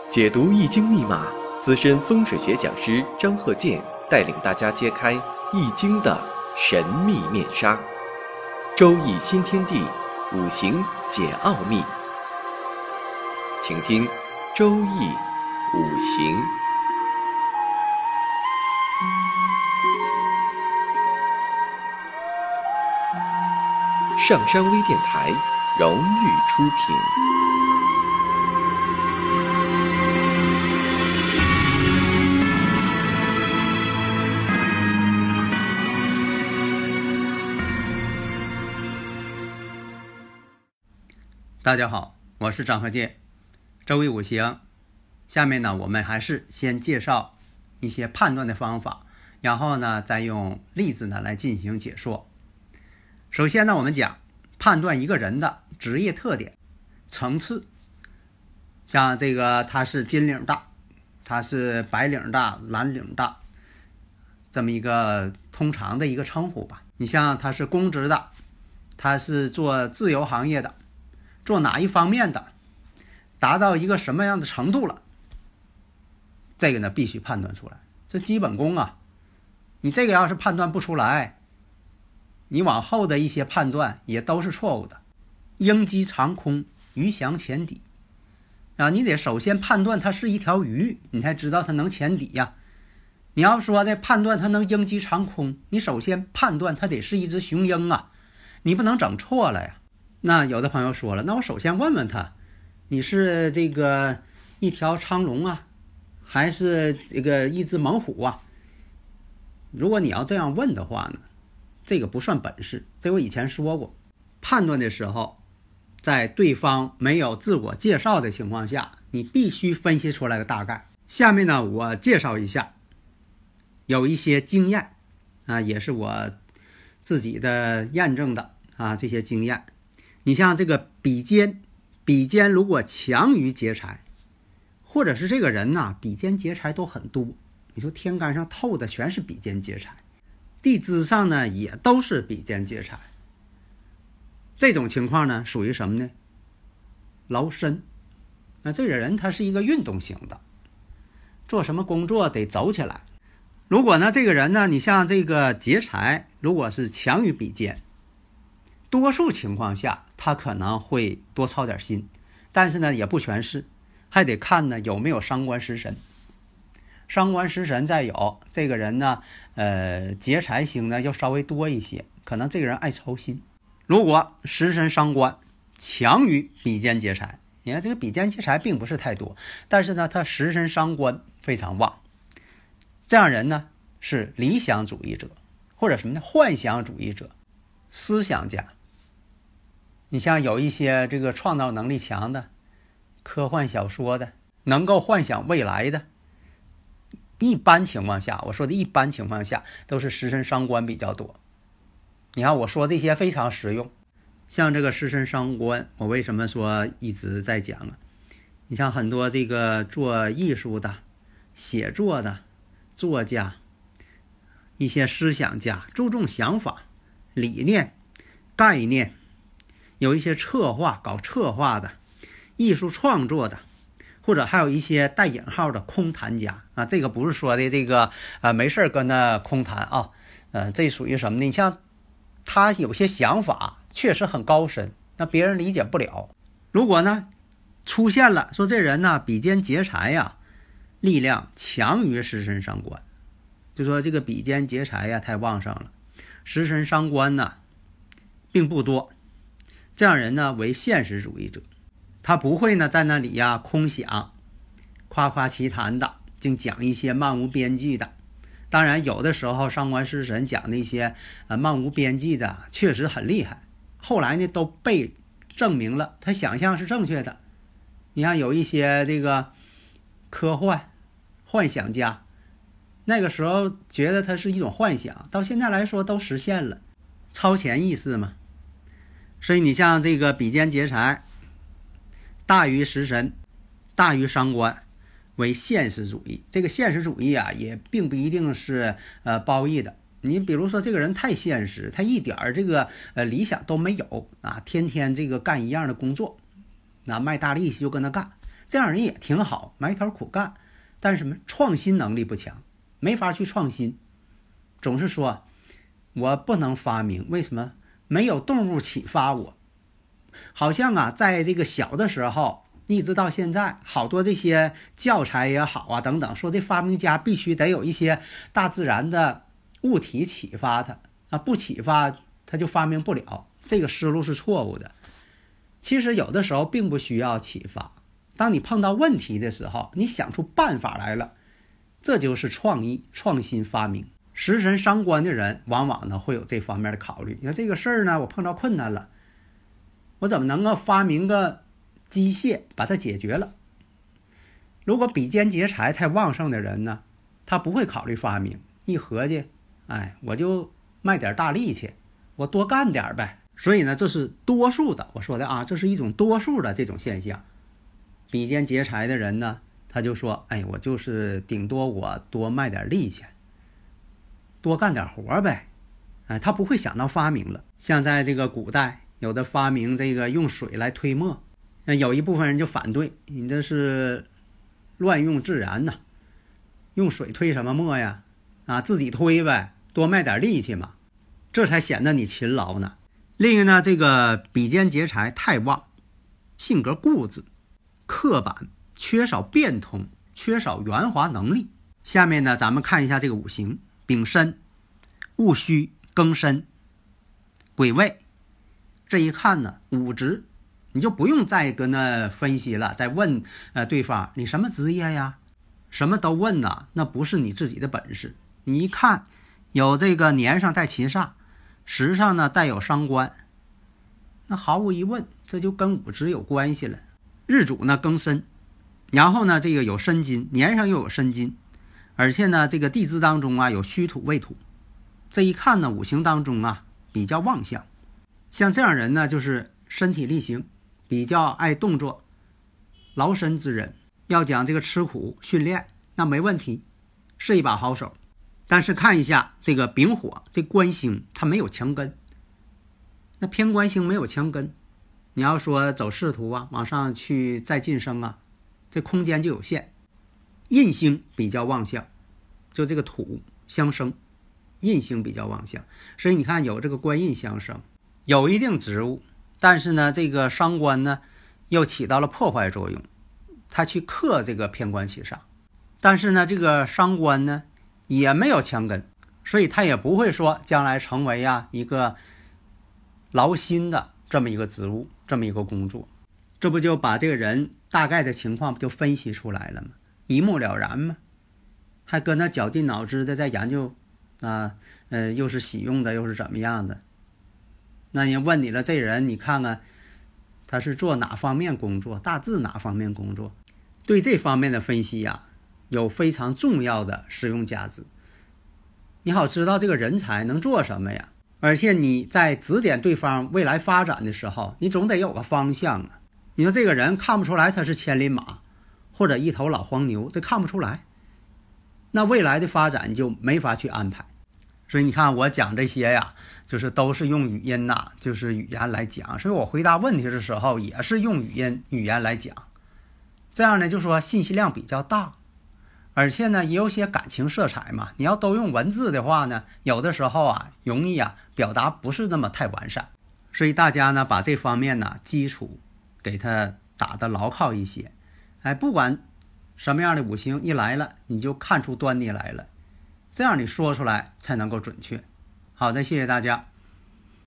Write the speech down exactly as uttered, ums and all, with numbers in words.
解读易经密码，资深风水学讲师张鹤剑带领大家揭开易经的神秘面纱。周易新天地，五行解奥秘。请听周易五行。上山微电台荣誉出品。 大家好，我是张鹤剑。周易五行，下面呢，我们还是先介绍一些判断的方法，然后呢，再用例子呢来进行解说。首先呢，我们讲判断一个人的职业特点、层次。像这个他是金领大，他是白领大、蓝领大，这么一个通常的一个称呼吧。你像他是公职的，他是做自由行业的，做哪一方面的，达到一个什么样的程度了，这个呢必须判断出来，这基本功啊。你这个要是判断不出来，你往后的一些判断也都是错误的。鹰击长空，鱼翔浅底啊，你得首先判断它是一条鱼，你才知道它能浅底呀。你要说的判断它能鹰击长空，你首先判断它得是一只雄鹰啊，你不能整错了呀。那有的朋友说了，那我首先问问他，你是这个一条苍龙啊，还是这个一只猛虎啊？如果你要这样问的话呢，这个不算本事。这我以前说过，判断的时候，在对方没有自我介绍的情况下，你必须分析出来个大概。下面呢，我介绍一下有一些经验啊，也是我自己的验证的啊，这些经验。你像这个比肩，比肩如果强于劫财，或者是这个人呐，比肩劫财都很多，你说天干上透的全是比肩劫财，地支上呢也都是比肩劫财，这种情况呢属于什么呢？劳身。那这个人他是一个运动型的，做什么工作得走起来。如果呢这个人呢，你像这个劫财如果是强于比肩，多数情况下他可能会多操点心，但是呢也不全是，还得看呢有没有伤官食神。伤官食神再有，这个人呢呃劫财星呢要稍微多一些，可能这个人爱操心。如果食神伤官强于比肩劫财，你看这个比肩劫财并不是太多，但是呢他食神伤官非常旺，这样人呢是理想主义者，或者什么呢幻想主义者、思想家。你像有一些这个创造能力强的科幻小说的，能够幻想未来的，一般情况下，我说的一般情况下都是食神伤官比较多。你看我说这些非常实用，像这个食神伤官，我为什么说一直在讲啊？你像很多这个做艺术的、写作的作家，一些思想家，注重想法、理念、概念，有一些策划搞策划的、艺术创作的，或者还有一些带引号的空谈家啊，这个不是说的这个呃没事跟他空谈啊，呃这属于什么呢？你像他有些想法确实很高深，那别人理解不了。如果呢出现了说这人呢比肩劫财呀，力量强于食神伤官，就说这个比肩劫财呀太旺盛了，食神伤官呢并不多，这样人呢为现实主义者，他不会呢在那里呀空想、夸夸其谈的，净讲一些漫无边际的。当然有的时候伤官食神讲那些呃漫无边际的确实很厉害，后来呢都被证明了他想象是正确的。你看有一些这个科幻幻想家，那个时候觉得它是一种幻想，到现在来说都实现了，超前意识嘛。所以你像这个比肩劫财大于食神大于伤官为现实主义，这个现实主义啊也并不一定是呃褒义的。你比如说这个人太现实，他一点这个呃理想都没有啊，天天这个干一样的工作，那卖大力气就跟他干， 这样人也挺好，埋头苦干，但是什么创新能力不强，没法去创新，总是说我不能发明，为什么？没有动物启发我。好像啊，在这个小的时候一直到现在，好多这些教材也好啊等等，说这发明家必须得有一些大自然的物体启发他啊，不启发他就发明不了，这个思路是错误的。其实有的时候并不需要启发，当你碰到问题的时候，你想出办法来了，这就是创意、创新发明。食神伤官的人往往呢会有这方面的考虑，你看这个事儿呢，我碰到困难了，我怎么能够发明个机械把它解决了？如果比肩劫财太旺盛的人呢，他不会考虑发明，一合计，哎，我就卖点大力气，我多干点呗。所以呢，这是多数的，我说的啊，这是一种多数的这种现象。比肩劫财的人呢，他就说，哎，我就是顶多我多卖点力气，多干点活呗。哎，他不会想到发明了。像在这个古代，有的发明这个用水来推磨，那有一部分人就反对，你这是乱用自然呐，用水推什么磨呀？啊，自己推呗，多卖点力气嘛，这才显得你勤劳呢。另一个呢，这个比肩劫财太旺，性格固执、刻板，缺少变通，缺少圆滑能力。下面呢，咱们看一下这个五行：丙申、戊戌、庚申、癸未。这一看呢，五职，你就不用再跟他分析了，再问呃对方你什么职业呀，什么都问呐，那不是你自己的本事。你一看有这个年上带秦煞，时上呢带有伤官，那毫无疑问这就跟五职有关系了。日主呢庚申，然后呢这个有申金，年上又有申金，而且呢这个地支当中啊有戌土未土，这一看呢五行当中啊比较旺相。像这样人呢，就是身体力行，比较爱动作，劳身之人。要讲这个吃苦训练，那没问题，是一把好手。但是看一下这个丙火，这官星它没有强根，那偏官星没有强根，你要说走仕途啊，往上去再晋升啊，这空间就有限。印星比较旺相，就这个土相生，印星比较旺相，所以你看有这个官印相生，有一定职务，但是呢这个伤官呢又起到了破坏作用，他去克这个偏官七煞，但是呢这个伤官呢也没有强根，所以他也不会说将来成为啊一个劳心的这么一个职务，这么一个工作。这不就把这个人大概的情况就分析出来了吗？一目了然吗？还跟他绞尽脑汁的在研究啊，呃，又是喜用的，又是怎么样的？那人问你了，这人你看看他是做哪方面工作，大致哪方面工作，对这方面的分析呀、啊，有非常重要的实用价值。你好知道这个人才能做什么呀，而且你在指点对方未来发展的时候，你总得有个方向啊。你说这个人看不出来他是千里马或者一头老黄牛，这看不出来，那未来的发展就没法去安排。所以你看我讲这些呀，就是都是用语音呐，就是语言来讲，所以我回答问题的时候也是用语音语言来讲，这样呢就说信息量比较大，而且呢也有些感情色彩嘛，你要都用文字的话呢，有的时候啊容易啊表达不是那么太完善，所以大家呢把这方面呢基础给它打得牢靠一些。哎，不管什么样的五行一来了，你就看出端倪来了，这样你说出来才能够准确。好的，谢谢大家。